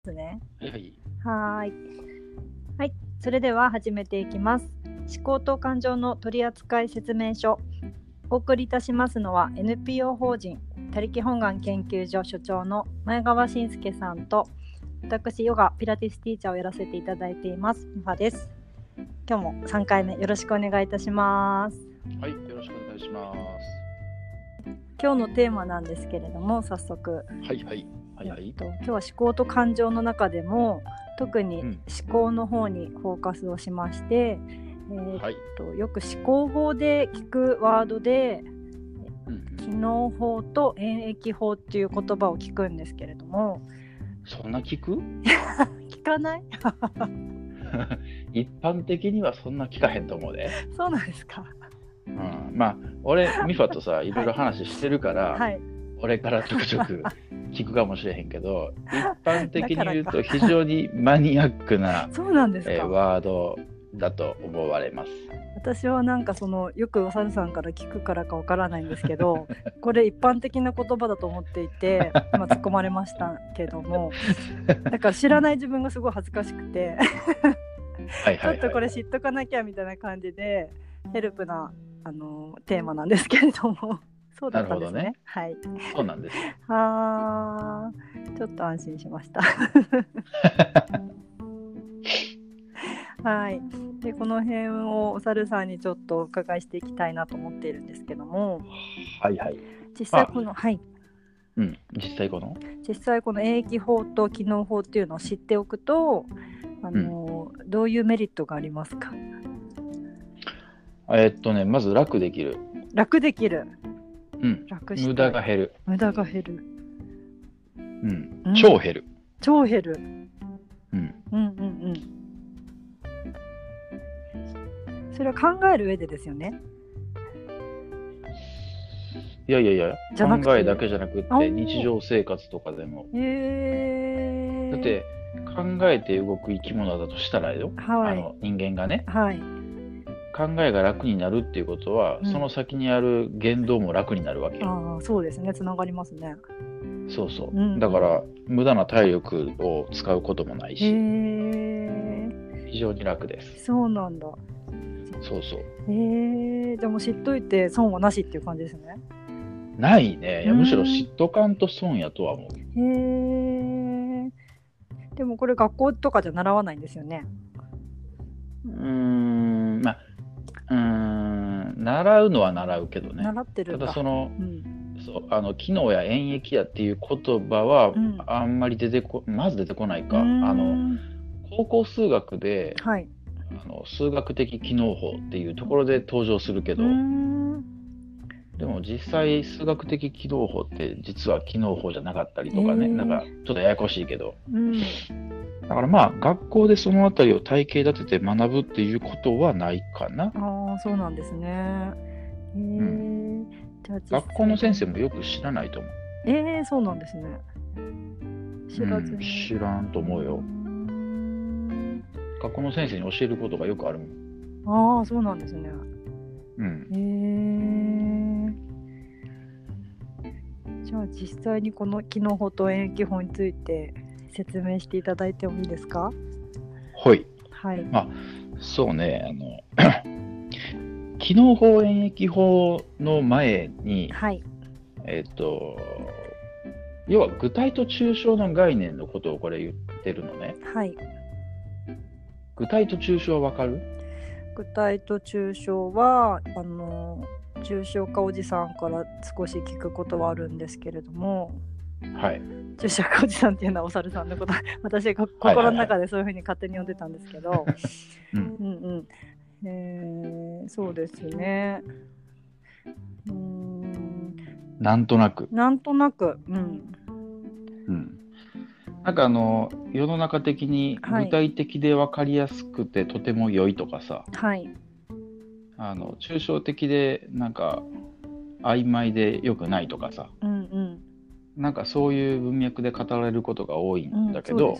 ですね。 はいはい。 はい。はい。それでは始めていきます。思考と感情の取扱説明書。お送りいたしますのは NPO 法人他力本願研究所所長の前川信介さんと、私ヨガピラティスティーチャーをやらせていただいていますミファです。今日も3回目よろしくお願いいたします。 はい、よろしくお願いします。 今日のテーマなんですけれども、早速、 はいはいはいはい。 今日は思考と感情の中でも特に思考の方にフォーカスをしまして、 はい。 よく思考法で聞くワードで、機能法と演繹法っていう言葉を聞くんですけれども、 そんな聞く？ 聞かない？ 一般的にはそんな聞かへんと思うで。 そうなんですか。 まあ俺ミファとさいろいろ話してるから、 はい、 俺からちょくちょく聞くかもしれへんけど、一般的に言うと非常にマニアックなそうなんですか。 ワードだと思われます。 私はなんかよくおさるさんから聞くからかわからないんですけどこれ一般的な言葉だと思っていて今突っ込まれましたけどもだから知らない自分がすごい恥ずかしくてちょっとこれ知っとかなきゃみたいな感じでヘルプなテーマなんですけれどもそうだったんです ね。はい、 そうなんです。 ちょっと安心しましたはい。でこの辺をおさるさんにちょっとお伺いしていきたいなと思っているんですけども、 はいはい。 実際この、実際この演繹法と機能法っていうのを知っておくとどういうメリットがありますか？ まず楽できる。 楽できる。 楽したい。無駄が減る。超減る。 それは考える上でですよね。 いや考えだけじゃなくって日常生活とかでも、だって考えて動く生き物だとしたらよ、人間がね、考えが楽になるっていうことは、その先にある言動も楽になるわけよ。 そうですね、つながりますね。 そうそう、だから無駄な体力を使うこともないし、非常に楽です。 そうなんだ。 そうそう。 でも知っといて損はなしっていう感じですね。 ないね。いやむしろ知っとかんと損やとは思う。 でもこれ学校とかじゃ習わないんですよね。 習うのは習うけどね。 習ってるんだ。 ただ機能や演繹やっていう言葉はあんまりまず出てこないか。高校数学で、数学的機能法っていうところで登場するけど、でも実際数学的機能法って実は機能法じゃなかったりとかね、なんかちょっとややこしいけど、だからまあ学校でそのあたりを体系立てて学ぶっていうことはないかな。 そうなんですね。 じゃあ学校の先生もよく知らないと思う。 そうなんですね。 知らんと思うよ。学校の先生に教えることがよくあるもん。 そうなんですね。じゃあ実際にこの機能法と演繹法について説明していただいてもいいですか？ はい。そうね、機能法演繹法の前に、要は具体と抽象の概念のことをこれ言ってるのね。具体と抽象は分かる？ 具体と抽象は抽象化おじさんから少し聞くことはあるんですけれども、抽象化おじさんっていうのはおさるさんのこと私が心の中でそういうふうに勝手に呼んでたんですけどそうですね。 なんとなく。なんか世の中的に具体的で分かりやすくてとても良いとかさ、抽象的でなんか曖昧で良くないとかさ、なんかそういう文脈で語られることが多いんだけど、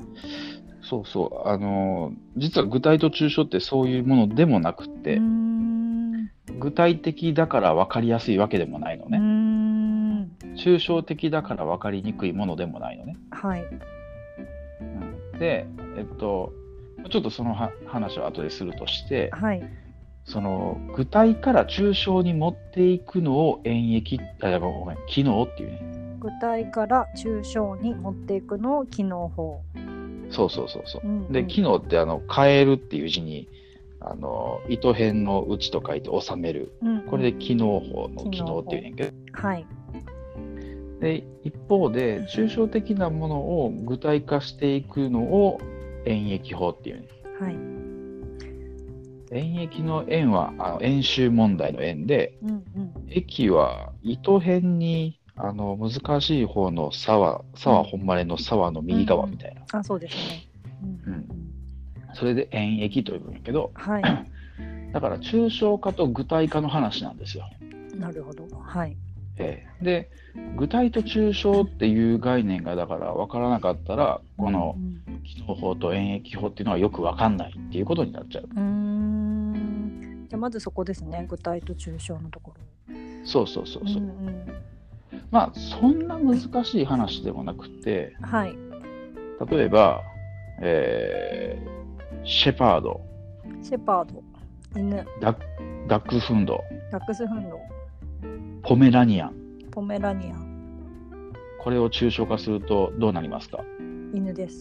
実は具体と抽象ってそういうものでもなくって、具体的だから分かりやすいわけでもないのね。抽象的だから分かりにくいものでもないのね。 で、ちょっとその話を後でするとして、 はい、 その具体から抽象に持っていくのを演繹、ごめん、機能っていうね。 具体から抽象に持っていくのを機能法。 そうそうそうそう。で、機能って変えるっていう字に糸辺の内と書いて収める。これで機能法の機能っていうねんけど。 はい。 で、一方で抽象的なものを具体化していくのを演繹法っていうね。 はい。 演繹の演は演習問題の演で、駅は糸辺に難しい方の沢ほんまれの沢の右側みたいな。 あ、そうですね。 それで演繹というんやけど、 はい、 だから抽象化と具体化の話なんですよ。 なるほど。はい。 で、具体と抽象っていう概念がだから分からなかったら、この機能法と演繹法っていうのはよく分かんないっていうことになっちゃう。 じゃあまずそこですね、具体と抽象のところ。 そうそうそうそう。まあそんな難しい話でもなくて、 はい、 例えば、シェパード、 犬、 ダックスフンド、ポメラニアン、これを抽象化するとどうなりますか？ 犬です。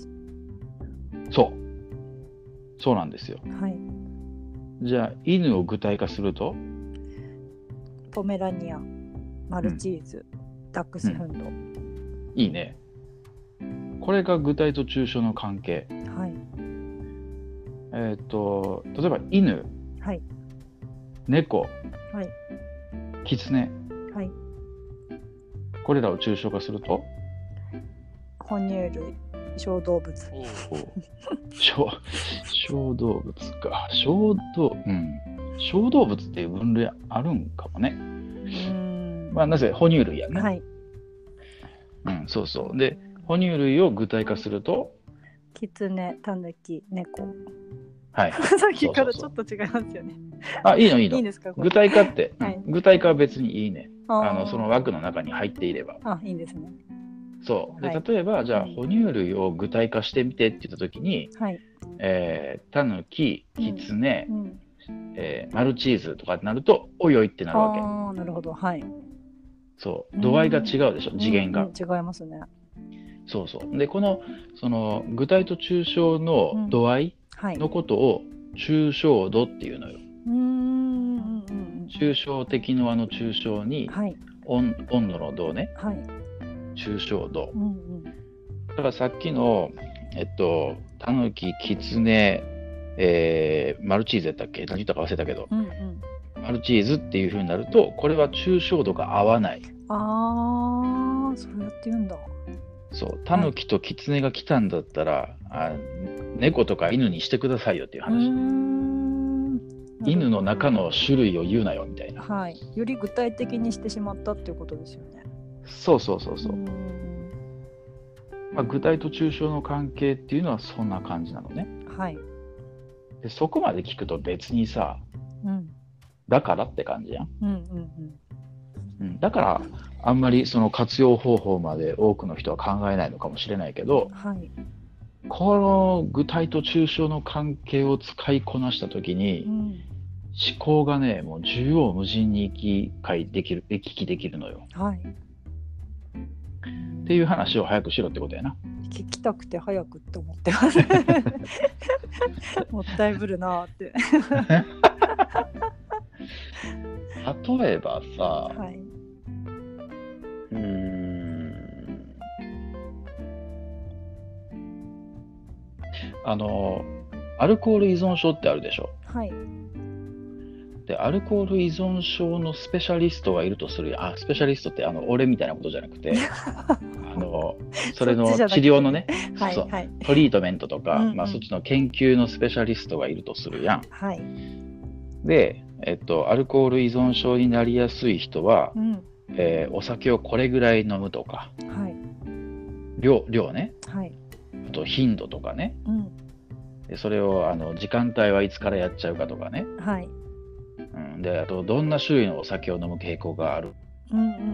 そうなんですよ。 はい。 じゃあ犬を具体化するとポメラニアン、マルチーズ、ダックスフンド。 いいね。これが具体と抽象の関係。 はい。 例えば犬、 はい、 猫、 はい、 キツネ、 はい、 これらを抽象化すると哺乳類、小動物。 小動物か。小動物っていう分類あるんかもね。まあなぜ哺乳類やね。 はい。 そうそう。で、哺乳類を具体化するとキツネ、タヌキ、猫。 はい。 さっきからちょっと違いますよね。 いいの。いいですか？ 具体化って、 はい、 具体化は別にいいね。その枠の中に入っていれば。 いいですね。 そうで、例えばじゃあ哺乳類を具体化してみてって言ったときに、タヌキ、キツネ、マルチーズとかってなるとおいおいってなるわけ。 なるほど。はい。 そう度合いが違うでしょ、次元が。 違いますね。 そうそう。でその具体と抽象の度合いのことを抽象度っていうのよ。抽象的の抽象に、温度の度ね。抽象度。だからさっきのタヌキ、キツネ、マルチーズやったっけ？何言ったか忘れたけど、マルチーズっていう風になると、これは抽象度が合わない。 そうやって言うんだ。 そう、タヌキとキツネが来たんだったら、猫とか犬にしてくださいよっていう話。犬の中の種類を言うなよみたいな。 はい。より具体的にしてしまったっていうことですよね。 そう。まあ、具体と抽象の関係っていうのはそんな感じなのね。 はい。 でそこまで聞くと別にさ、だからって感じやん。だからあんまりその活用方法まで多くの人は考えないのかもしれないけど、この具体と抽象の関係を使いこなしたときに、思考がね、もう縦横無尽に行き来できるのよ。っていう話を早くしろってことやな。 聞きたくて早くって思ってます。もったいぶるなーって。 例えばさ、アルコール依存症ってあるでしょ。でアルコール依存症のスペシャリストがいるとする。スペシャリストって俺みたいなことじゃなくてそれの治療のねトリートメントとか、そっちの研究のスペシャリストがいるとするやん。で、アルコール依存症になりやすい人は、お酒をこれぐらい飲むとか、量ね、あと頻度とかね、でそれを時間帯はいつからやっちゃうかとかね、であとどんな種類のお酒を飲む傾向がある、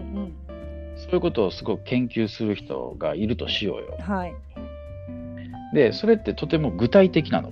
そういうことをすごく研究する人がいるとしようよ。 でそれってとても具体的なの。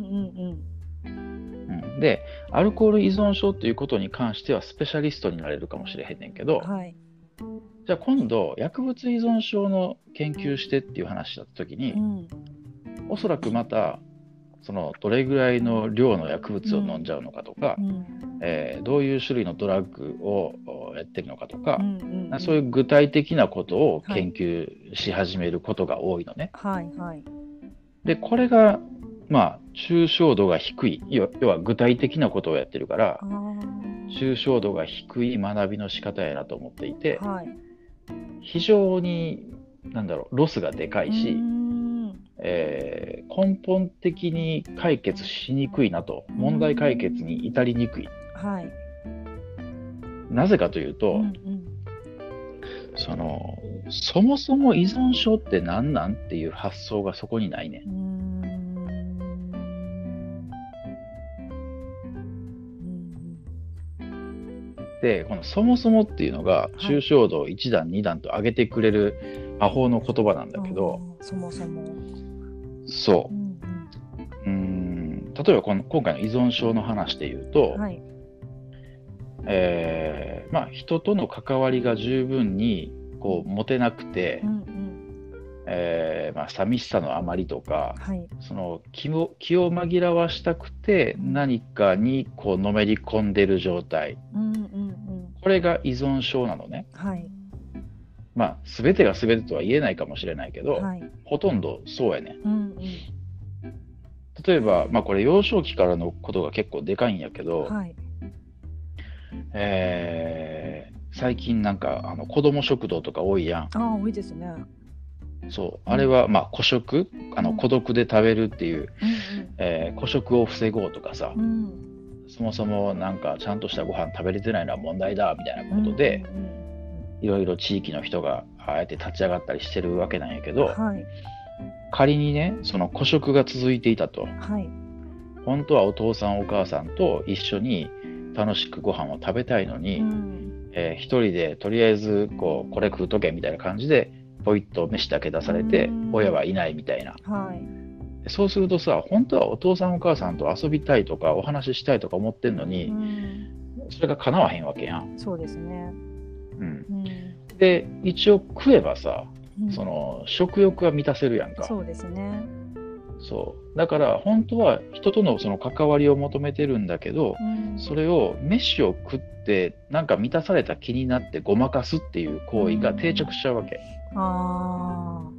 でアルコール依存症っていうことに関してはスペシャリストになれるかもしれへんねんけど、はい、じゃあ今度薬物依存症の研究してっていう話だった時に、おそらくまたそのどれぐらいの量の薬物を飲んじゃうのかとか、どういう種類のドラッグをやってるのかとか、そういう具体的なことを研究し始めることが多いのね。はいはい、でこれが抽象度が低い、要は具体的なことをやってるから抽象度が低い学びの仕方やなと思っていて、はい、非常にロスがでかいし、根本的に解決しにくいなと、問題解決に至りにくい、はい、なぜかというと、そもそも依存症って何なんっていう発想がそこにないね。でこのそもそもっていうのが抽象度を1段2段と上げてくれる魔法の言葉なんだけど、 そもそもそう、例えば今回の依存症の話で言うと、はい、人との関わりが十分に持てなくて、寂しさのあまりとか、はい、その気を紛らわしたくて何かにのめり込んでる状態、これが依存症なのね。はい、全てが全てとは言えないかもしれないけど、はい、ほとんどそうやね。例えば、これ幼少期からのことが結構でかいんやけど、はい、最近子ども食堂とか多いやん。 多いですね。 そう、あれは孤食、孤独で食べるっていう、孤食を防ごうとかさ、そもそもちゃんとしたご飯食べれてないのは問題だみたいなことで、いろいろ地域の人がああやって立ち上がったりしてるわけなんやけど、はい、仮にねその孤食が続いていたと、はい、本当はお父さんお母さんと一緒に楽しくご飯を食べたいのに、一人でとりあえずこれ食うとけみたいな感じでポイッと飯だけ出されて、親はいないみたいな、はい、そうするとさ、本当はお父さんお母さんと遊びたいとかお話ししたいとか思ってんのに、それが叶わへんわけやん。 そうですね。 で一応食えばさ、その食欲は満たせるやんか。 そうですね。 そうだから本当は人とのその関わりを求めてるんだけど、それを飯を食って満たされた気になってごまかすっていう行為が定着しちゃうわけ。はい。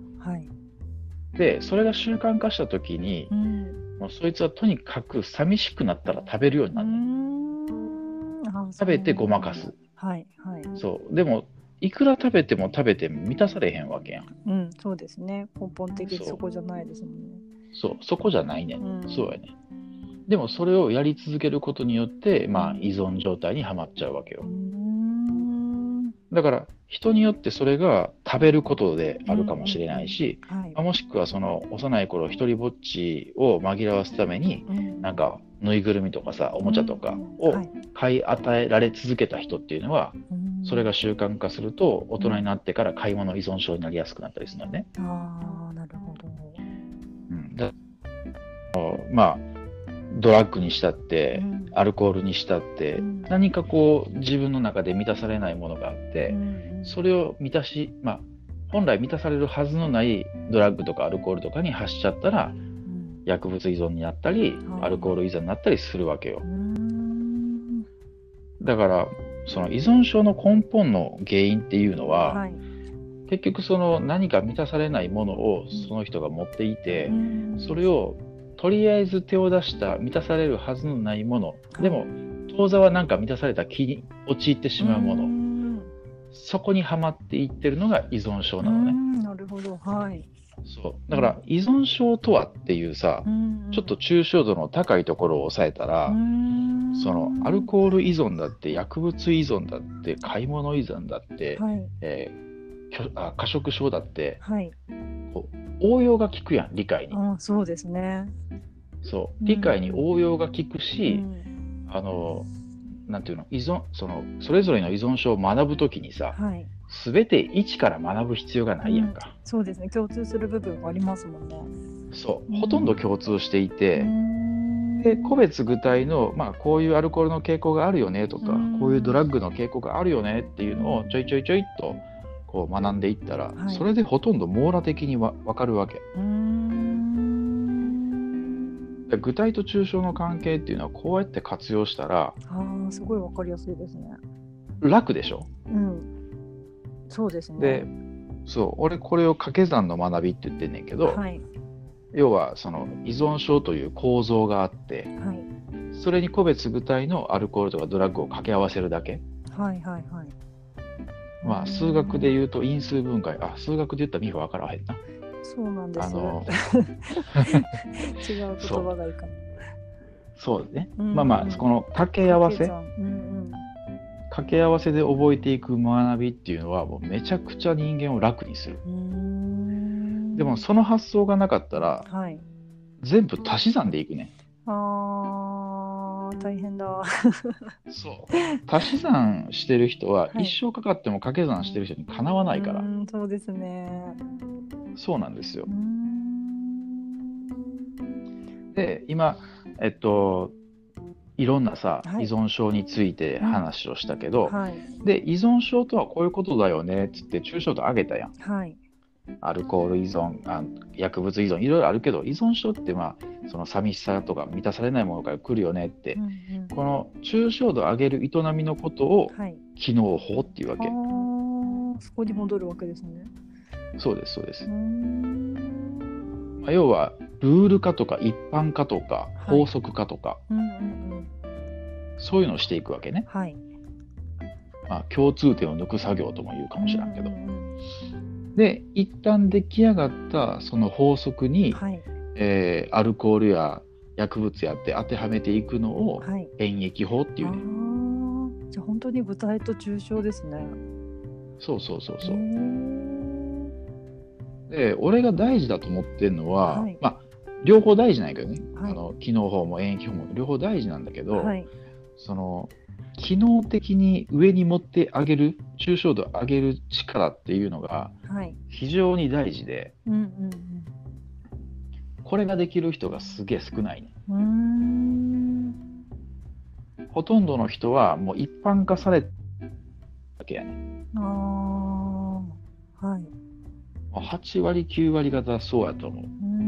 でそれが習慣化した時に、もうそいつはとにかく寂しくなったら食べるようになる。食べてごまかす。はいはい。そうでもいくら食べても満たされへんわけやん。 そうですね。根本的にそこじゃないですもんね。 そこじゃないね。そうやね。でもそれをやり続けることによって、依存状態にはまっちゃうわけよ。だから人によってそれが食べることであるかもしれないし、もしくはその幼い頃一人ぼっちを紛らわすために、ぬいぐるみとかさ、おもちゃとかを買い与えられ続けた人っていうのは、それが習慣化すると大人になってから買い物依存症になりやすくなったりするのね。 なるほど。 ドラッグにしたって、アルコールにしたって、何か自分の中で満たされないものがあって、それを本来満たされるはずのないドラッグとかアルコールとかに走っちゃったら、薬物依存になったり、アルコール依存になったりするわけよ。だからその依存症の根本の原因っていうのは、結局その何か満たされないものをその人が持っていて、それをとりあえず手を出した満たされるはずのないもの、でも当座は満たされた気に陥ってしまうもの、そこにはまっていってるのが依存症なのね。 なるほど。はい。 そうだから依存症とはっていうさ、ちょっと抽象度の高いところを抑えたら、そのアルコール依存だって薬物依存だって買い物依存だって、過食症だって、応用が効くやん、理解に。 そうですね。 そう理解に応用が効くし、なんていうの、それぞれの依存症を学ぶときにさ、 全て一から学ぶ必要がないやんか、 そうですね、共通する部分がありますもんね。 そう、ほとんど共通していて、で個別具体の、こういうアルコールの傾向があるよねとか、こういうドラッグの傾向があるよねっていうのをちょいちょいちょいっとこう学んでいったら、それでほとんど網羅的に分かるわけ。具体と抽象の関係っていうのはこうやって活用したら、 すごい分かりやすいですね。 楽でしょ。 そうですね。 で、俺これを掛け算の学びって言ってんねんけど、要はその依存症という構造があって、それに個別具体のアルコールとかドラッグを掛け合わせるだけ。数学で言うと因数分解、数学で言ったら美穂分からへんな。 そうなんです。違う言葉がいいかな。 そうね。この掛け合わせ、掛け合わせで覚えていく学びっていうのはもうめちゃくちゃ人間を楽にする。でもその発想がなかったら、全部足し算でいくね。 大変だ。 足し算してる人は一生かかっても掛け算してる人にかなわないから。 そうですね。 そうなんですよ。で、今いろんな依存症について話をしたけど、で依存症とはこういうことだよねっつって抽象度上げたやん。アルコール依存、薬物依存、いろいろあるけど、依存症ってその寂しさとか満たされないものから来るよねって、この抽象度上げる営みのことを機能法っていうわけ。 そこに戻るわけですね。 そうですそうです。要はルール化とか一般化とか法則化とか、そういうのをしていくわけね。共通点を抜く作業とも言うかもしれんけど、で一旦出来上がったその法則に、アルコールや薬物やって当てはめていくのを演疫法っていうね。 じゃあ本当に具体と抽象ですね。 そうで、俺が大事だと思ってるのは、両方大事なんやけどね、機能法も演疫法も両方大事なんだけど、その機能的に上に持ってあげる、抽象度を上げる力っていうのが非常に大事で、これができる人がすげえ少ないね。ほとんどの人はもう一般化されただけやね。8割9割方そうやと思う。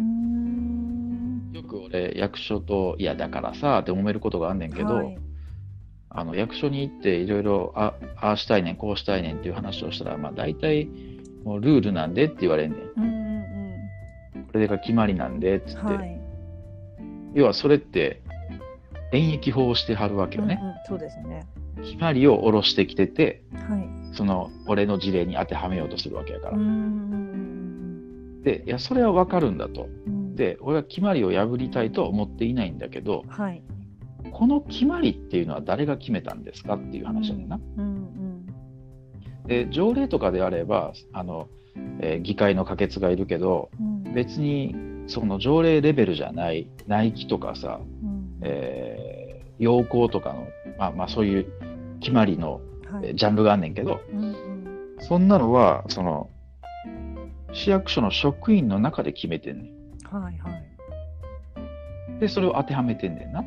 よく俺役所といやだからさって揉めることがあんねんけど、役所に行っていろいろああしたいねんこうしたいねんっていう話をしたら、大体もうルールなんでって言われんねん。これが決まりなんでっつって、要はそれって演疫法をしてはるわけよね。 そうですね。 決まりを下ろしてきてて、その俺の事例に当てはめようとするわけやから。で、いやそれはわかるんだと。で、俺は決まりを破りたいとは思っていないんだけど、この決まりっていうのは誰が決めたんですかっていう話やねんな。で、条例とかであれば議会の可決がいるけど、別にその条例レベルじゃない内規とかさ、要項とかのそういう決まりの、ジャンルがあんねんけど、そんなのはその市役所の職員の中で決めてんねん。でそれを当てはめてんねんな。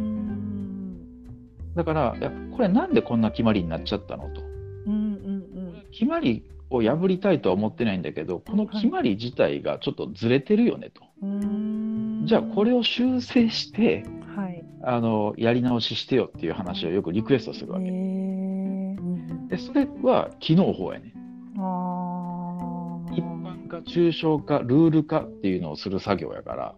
だからこれなんでこんな決まりになっちゃったのと、決まりを破りたいとは思ってないんだけど、この決まり自体がちょっとずれてるよねと。じゃあこれを修正して、やり直ししてよっていう話をよくリクエストするわけ。でそれは機能法やね。一般化、抽象化、ルール化っていうのをする作業やから、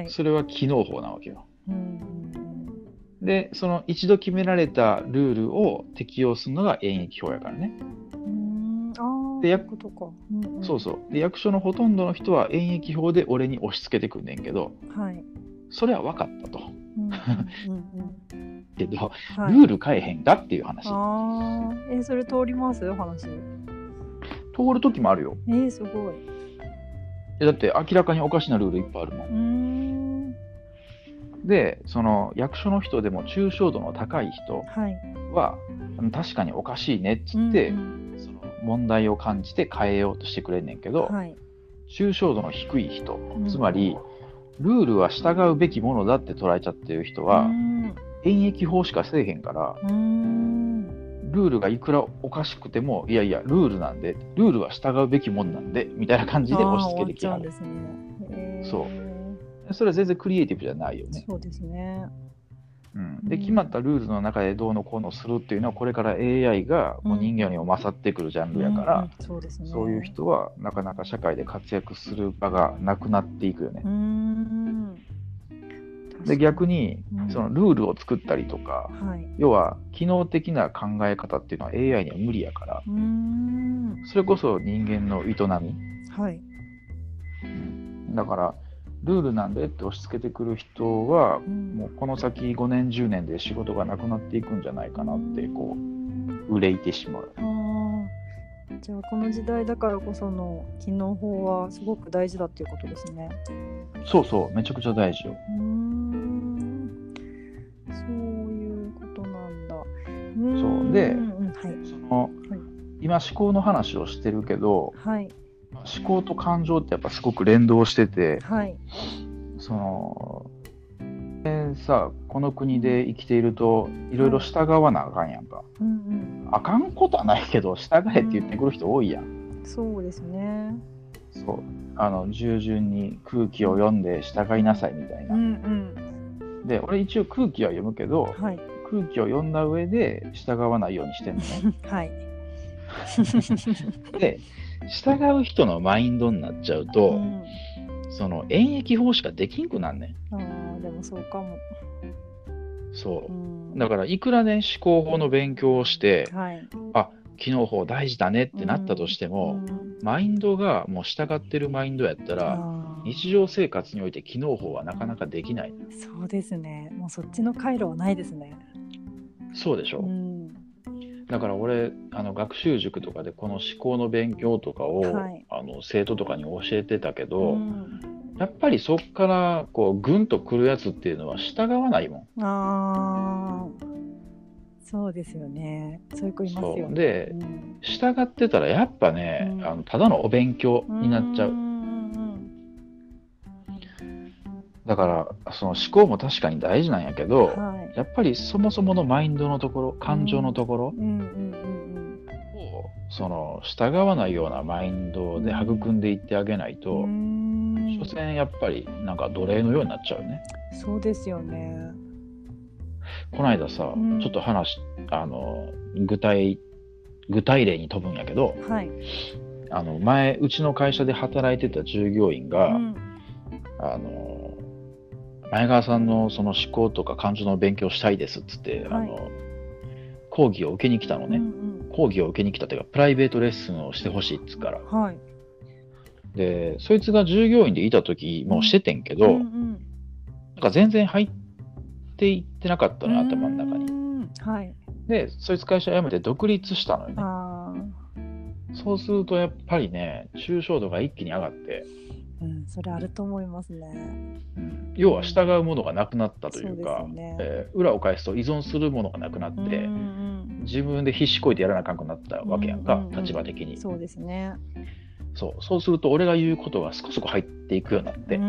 それは機能法なわけよ。でその一度決められたルールを適用するのが演疫法やからね。でで役所のほとんどの人は演疫法で俺に押し付けてくんねんけど、それは分かったと。けど、ルール変えへんかっていう話。 それ通ります話。 通る時もあるよ。 すごい。 だって明らかにおかしなルールいっぱいあるもん。でその役所の人でも抽象度の高い人は、確かにおかしいねっつって、その問題を感じて変えようとしてくれんねんけど、はい、抽象度の低い人、つまりルールは従うべきものだって捉えちゃってる人は、演疫法しかせえへんから、ルールがいくらおかしくても、いやいやルールなんで、ルールは従うべきもんなんでみたいな感じで押し付けてきたんですね。そう、それは全然クリエイティブじゃないよね。 そうですね。 で決まったルールの中でどうのこうのするっていうのは、これから AI がもう人間にも勝ってくるジャンルやから、そういう人はなかなか社会で活躍する場がなくなっていくよね。で逆にそのルールを作ったりとか、要は機能的な考え方っていうのは AI には無理やから、それこそ人間の営み、だからルールなんでって押し付けてくる人は、もうこの先5年10年で仕事がなくなっていくんじゃないかなってこう憂いてしまう。 じゃあこの時代だからこその機能法はすごく大事だっていうことですね。 そうそう、めちゃくちゃ大事よ。 そういうことなんだ。 そうで、今思考の話をしてるけど、思考と感情ってやっぱすごく連動してて、そのさ、この国で生きているといろいろ従わなあかんやんか、あかんことはないけど従えって言ってくる人多いやん。 そうですね。 そう従順に空気を読んで従いなさいみたいな、で俺一応空気は読むけど、空気を読んだ上で従わないようにしてんのね。で従う人のマインドになっちゃうと、その演疫法しかできんくなんねん。 でもそうかも。 そう、だからいくらね思考法の勉強をして、機能法大事だねってなったとしても、マインドがもう従ってるマインドやったら、日常生活において機能法はなかなかできない。 そうですね。もうそっちの回路はないですね。 そうでしょ。だから俺学習塾とかでこの思考の勉強とかを、生徒とかに教えてたけど、やっぱりそっからこうグンとくるやつっていうのは従わないもん。 そうですよね。そういう子いますよね。 で、従ってたらやっぱね、ただのお勉強になっちゃう。だからその思考も確かに大事なんやけど、やっぱりそもそものマインドのところ、感情のところをその従わないようなマインドで育んでいってあげないと、所詮やっぱりなんか奴隷のようになっちゃうね。そうですよね。この間さ、ちょっと話具体例に飛ぶんやけど、前うちの会社で働いてた従業員が、前川さんのその思考とか感情の勉強したいですっつって、講義を受けに来たのね。講義を受けに来たというかプライベートレッスンをしてほしいっつから、でそいつが従業員でいた時もしててんけど、なんか全然入っていってなかったのよ、頭の中に。でそいつ会社辞めて独立したのよね。そうするとやっぱりね、抽象度が一気に上がって、 それあると思いますね。 要は従うものがなくなったというか、裏を返すと依存するものがなくなって、自分で必死こいてやらなあかんくなったわけやんか、立場的に。そうですね。そうすると俺が言うことが少し入っていくようになって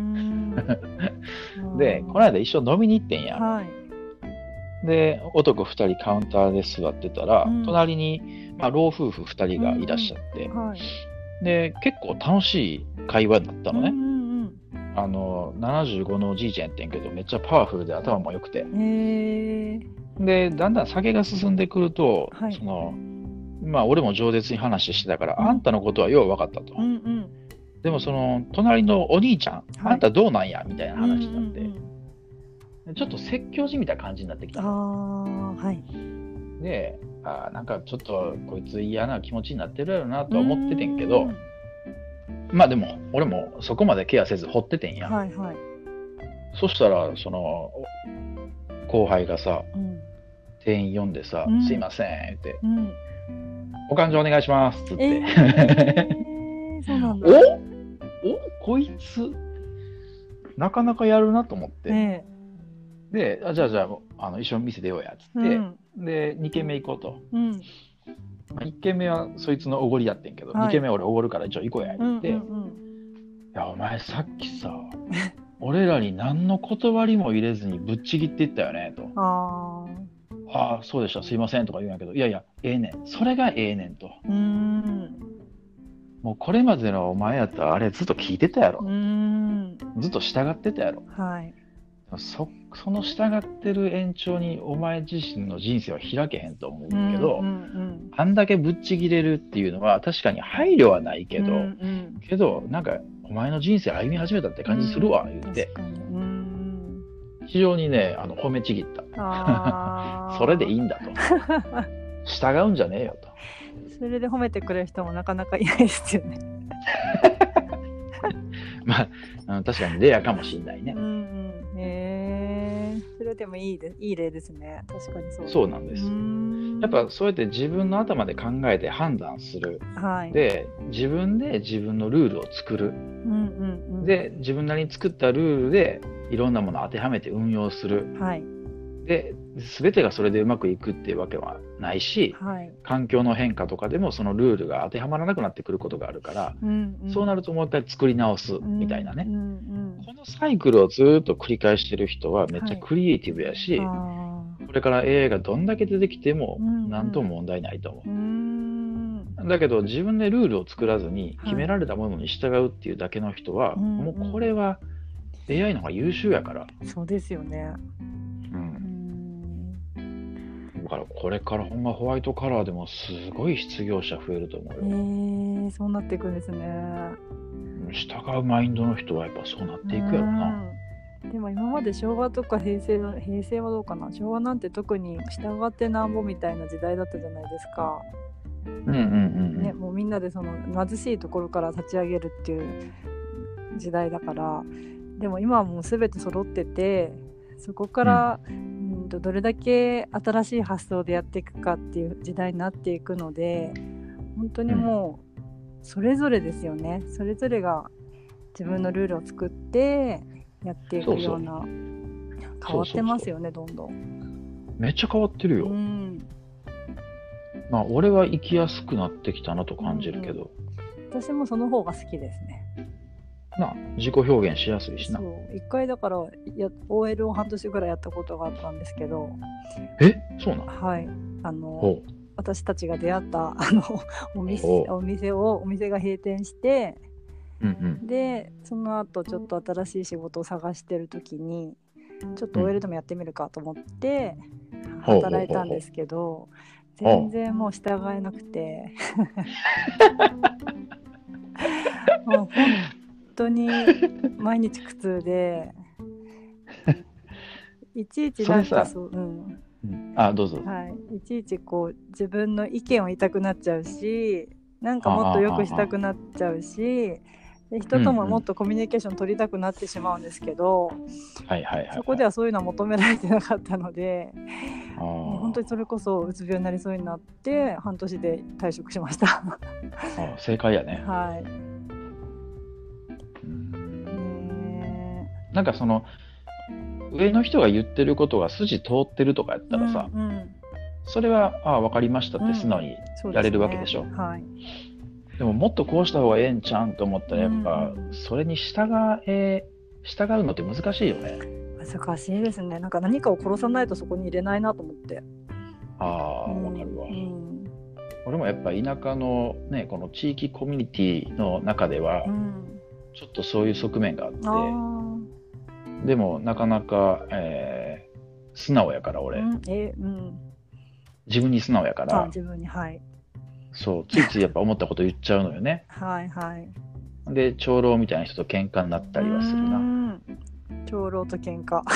でこの間一緒に飲みに行ってんや、で男2人カウンターで座ってたら、隣に、老夫婦2人がいらっしゃって、で結構楽しい会話になったのね。75のおじいちゃんやってんけどめっちゃパワフルで頭も良くて、でだんだん酒が進んでくると、その俺も饒舌に話してたから、あんたのことはよう分かったと、でもその隣のお兄ちゃん、あんたどうなんやみたいな話になって、ちょっと説教じみた感じになってきたの。でなんかちょっとこいつ嫌な気持ちになってるやろなとは思っててんけど、でも俺もそこまでケアせず放っててんや、そしたらその後輩がさ、店員呼んでさ、すいませんって、お勘定お願いしますっつって、そうなんだ。おこいつなかなかやるなと思って、でじゃあ一緒に店出ようやっつって、で2軒目行こうと、 1軒目はそいつのおごりやってんけど、2軒目は俺おごるから一応行こうや言って、いやお前さっきさ俺らに何の断りも入れずにぶっちぎっていったよねと。ああそうでしたすいませんとか言うんやけど、いやいやええねんそれがええねんと。もうこれまでのお前やったらあれずっと聞いてたやろ。ずっと従ってたやろ。はい。その従ってる延長にお前自身の人生は開けへんと思うけど、あんだけぶっちぎれるっていうのは確かに配慮はないけど、けどなんかお前の人生歩み始めたって感じするわ、言って。非常にね、褒めちぎった。それでいいんだと。従うんじゃねえよと。 それで褒めてくれる人もなかなかいないですよね。 まあ、確かにレアかもしれないね。 それでもいい例ですね。確かにそうなんです。やっぱそうやって自分の頭で考えて判断する。はい、で、自分で自分のルールを作る。で、自分なりに作ったルールでいろんなものを当てはめて運用する。はい、で、全てがそれでうまくいくっていうわけはないし、はい、環境の変化とかでもそのルールが当てはまらなくなってくることがあるから、そうなるともう一回作り直すみたいなね。このサイクルをずっと繰り返してる人はめっちゃクリエイティブやし、これから AI がどんだけ出てきても何とも問題ないと思う。だけど自分でルールを作らずに決められたものに従うっていうだけの人は、もうこれは AI の方が優秀やから。 そうですよね。 だからこれからほんまホワイトカラーでもすごい失業者増えると思うよ。 そうなっていくんですね。 従うマインドの人はやっぱそうなっていくやろな。 でも今まで昭和とか平成はどうかな、昭和なんて特に従ってなんぼみたいな時代だったじゃないですか。ね、もうみんなでその貧しいところから立ち上げるっていう時代だから。でも今はもう全て揃ってて、そこから、どれだけ新しい発想でやっていくかっていう時代になっていくので、本当にもうそれぞれですよね。それぞれが自分のルールを作ってやっていくような。変わってますよね。どんどんめっちゃ変わってるよ。まあ俺は生きやすくなってきたなと感じるけど、 私もその方が好きですね。 自己表現しやすいしな。 一回だから OL を半年ぐらいやったことがあったんですけど。 そうなの？ はい。私たちが出会ったお店が閉店して、でその後ちょっと新しい仕事を探してる時にちょっと OL でもやってみるかと思って働いたんですけど、全然もう従えなくてもう本当に毎日苦痛でいちいちなんかどうぞ。 いちいちこう自分の意見を言いたくなっちゃうし、なんかもっと良くしたくなっちゃうし、で人とももっとコミュニケーション取りたくなってしまうんですけど、そこではそういうのは求められてなかったので、本当にそれこそうつ病になりそうになって半年で退職しました正解やね。はい。なんかその上の人が言ってることが筋通ってるとかやったらさ、それは分かりましたって素直にやれるわけでしょ。でももっとこうした方がええんちゃうんと思ったらやっぱそれに従うのって難しいよね。 難しいですね。なんか何かを殺さないとそこに入れないなと思って。 わかるわ。俺もやっぱ田舎のねこの地域コミュニティの中ではちょっとそういう側面があって。でもなかなか、素直やから俺、自分に素直やから自分に、 そうついついやっぱ思ったこと言っちゃうのよね。で長老みたいな人と喧嘩になったりはするな。 長老と喧嘩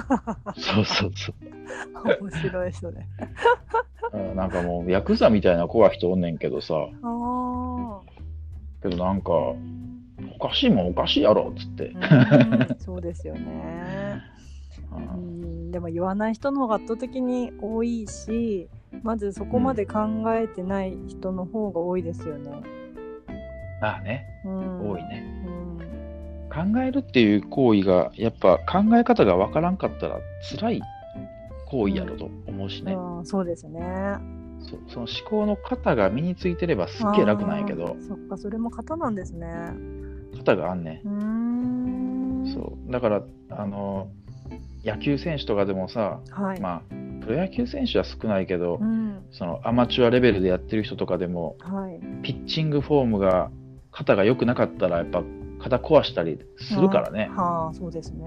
そう面白い人ねなんかもうヤクザみたいな怖い人おんねんけどさ、けどなんかおかしいもんおかしいやろっつってそうですよね。でも言わない人の方が圧倒的に多いし、まずそこまで考えてない人の方が多いですよね。 多いね。考えるっていう行為がやっぱ考え方がわからんかったら辛い行為やろと思うしね。 そうですね。 その思考の型が身についてればすっげえ楽なんやけど、 そっか、それも型なんですね。 型があんねん。そうだから野球選手とかでもさ、 はい、 まあプロ野球選手は少ないけど、そのアマチュアレベルでやってる人とかでも、 はい、 ピッチングフォームが肩が良くなかったらやっぱ肩壊したりするからね。 そうですね。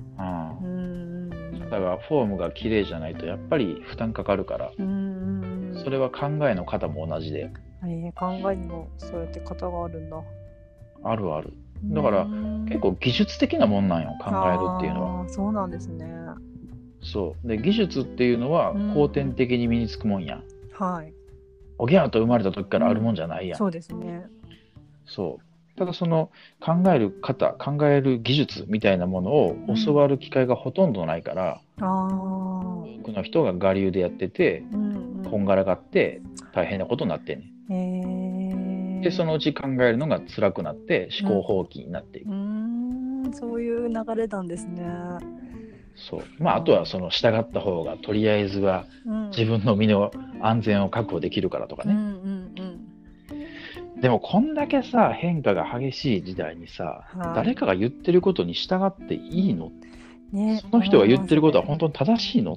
肩がフォームが綺麗じゃないとやっぱり負担かかるから、それは考えの型も同じで。 考えにもそうやって型があるんだ。 あるある。だから結構技術的なもんなんよ、考えるっていうのは。 そうなんですね。 そうで、技術っていうのは後天的に身につくもんやん。 はい。 おぎゃーと生まれた時からあるもんじゃないやん。 そうですね。 そうただその考える型、考える技術みたいなものを教わる機会がほとんどないから、多くの人が我流でやってて、こんがらがって大変なことになってんねん。でそのうち考えるのが辛くなって思考放棄になっていく。 そういう流れなんですね。 そうあとはその従った方がとりあえずは自分の身の安全を確保できるからとかね。でもこんだけさ変化が激しい時代にさ、誰かが言ってることに従っていいの、その人が言ってることは本当に正しいのって、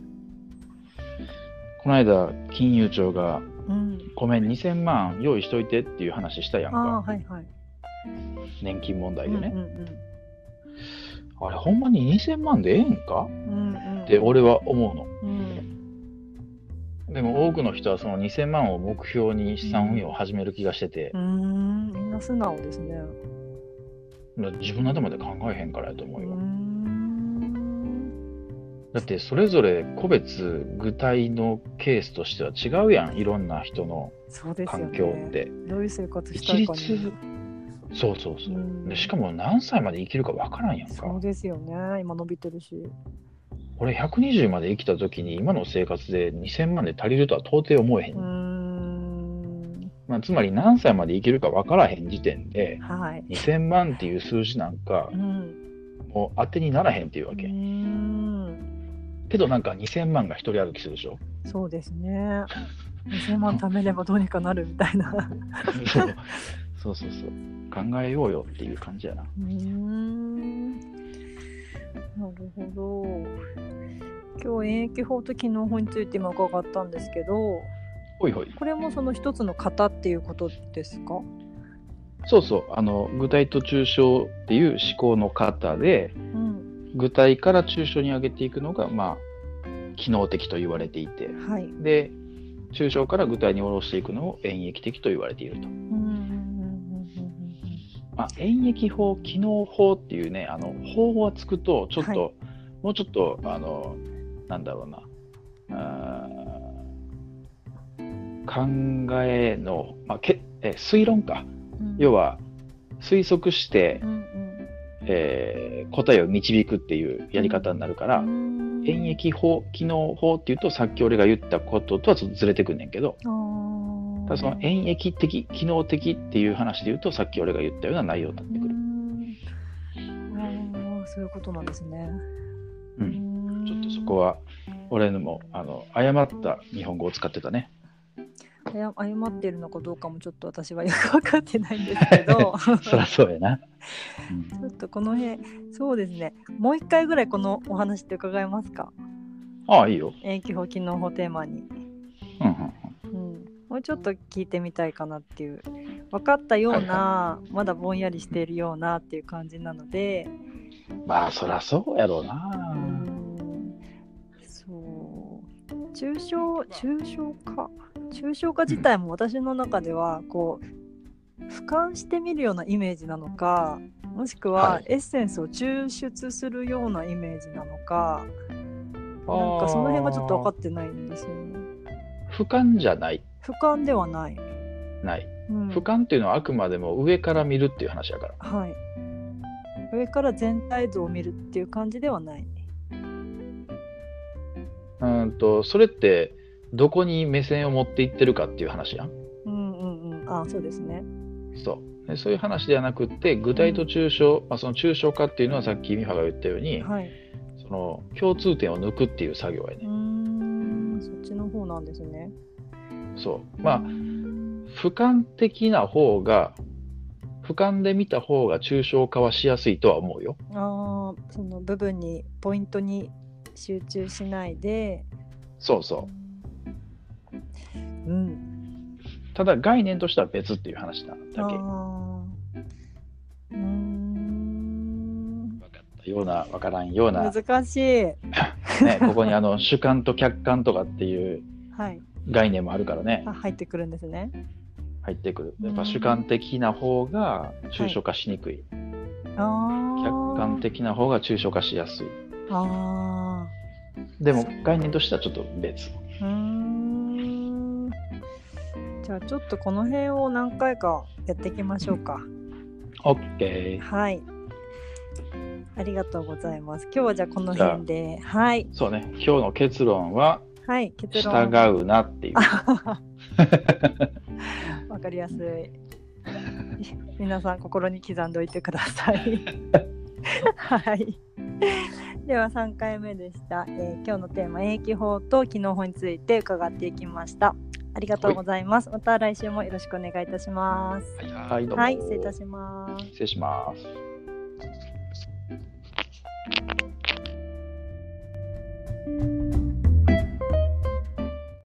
この間金融庁が、ごめん2000万用意しといてっていう話したやんか。年金問題でね、あれほんまに2000万でええんか、って俺は思うの。でも多くの人はその2000万を目標に資産運用を始める気がしてて、 みんな素直ですね。 自分の頭で考えへんからやと思うよ。だってそれぞれ個別具体のケースとしては違うやん、いろんな人の環境って。 どういう生活したいかに。 そうでしかも何歳まで生きるか分からんやんか。 そうですよね、今伸びてるし。 俺120まで生きた時に今の生活で2000万で足りるとは到底思えへん。つまり何歳まで生きるか分からへん時点で、2000万っていう数字なんか、もう当てにならへんっていうわけ。けどなんか2000万が一人歩きするでしょ。 そうですね。2000万貯めればどうにかなるみたいな。 そう考えようよっていう感じやな。 なるほど。今日演疫法と機能法について今伺ったんですけど、 ほいほい。 これもその一つの型っていうことですか？ そう具体と抽象っていう思考の型で、具体から抽象に上げていくのが機能的と言われていて、で抽象から具体に下ろしていくのを演疫的と言われていると。演疫法、機能法っていうね、法はつくとちょっと、もうちょっとなんだろうな、考えの、推論か、要は推測して、答えを導くっていうやり方になるから、演疫法、機能法っていうとさっき俺が言ったこととはちょっとずれてくんねんけど、ただその演疫的、機能的っていう話で言うとさっき俺が言ったような内容になってくる。 そういうことなんですね。 ちょっとそこは俺のも誤った日本語を使ってたね。 誤っているのかどうかもちょっと私はよく分かってないんですけどそりゃそうやな、 ちょっとこの辺そうですね、もう一回ぐらいこのお話って伺えますか？ いいよ。 演疫法、機能法テーマに、もうちょっと聞いてみたいかなっていう、分かったような、まだぼんやりしているようなっていう感じなので、 そりゃそうやろうな。 抽象化自体も私の中ではこう俯瞰してみるようなイメージなのか、もしくはエッセンスを抽出するようなイメージなのか、なんかその辺がちょっと分かってないんですよね。 俯瞰じゃない。 俯瞰ではない。 俯瞰っていうのはあくまでも上から見るっていう話やから。 上から全体像を見るっていう感じではない。 それってどこに目線を持っていってるかっていう話やん。 そうですね。 そういう話ではなくって具体と抽象、その抽象化っていうのはさっき美穂が言ったように、その共通点を抜くっていう作業やね。 そっちの方なんですね。 そう。まあ、俯瞰的な方が、俯瞰で見た方が抽象化はしやすいとは思うよ。 ああ、その部分に、ポイントに集中しないで。 そうそう。うん。 ただ概念としては別っていう話なだけ。分かったような分からんような。 難しい。 ね、ここに主観と客観とかっていう概念もあるからね。 入ってくるんですね。 入ってくる。やっぱ主観的な方が抽象化しにくい。客観的な方が抽象化しやすい。でも概念としてはちょっと別。 じゃあちょっとこの辺を何回かやっていきましょうか。 OK。 はい。ありがとうございます。今日はじゃあこの辺で。はい。 そうね。今日の結論は、 はい、 従うなっていう。 わかりやすい。皆さん心に刻んでおいてください。はい。では3回目でした。今日のテーマ、演疫法と機能法について伺っていきました。ありがとうございます。また来週もよろしくお願いいたします。 はい、どうも。 はい、失礼いたします。 失礼します。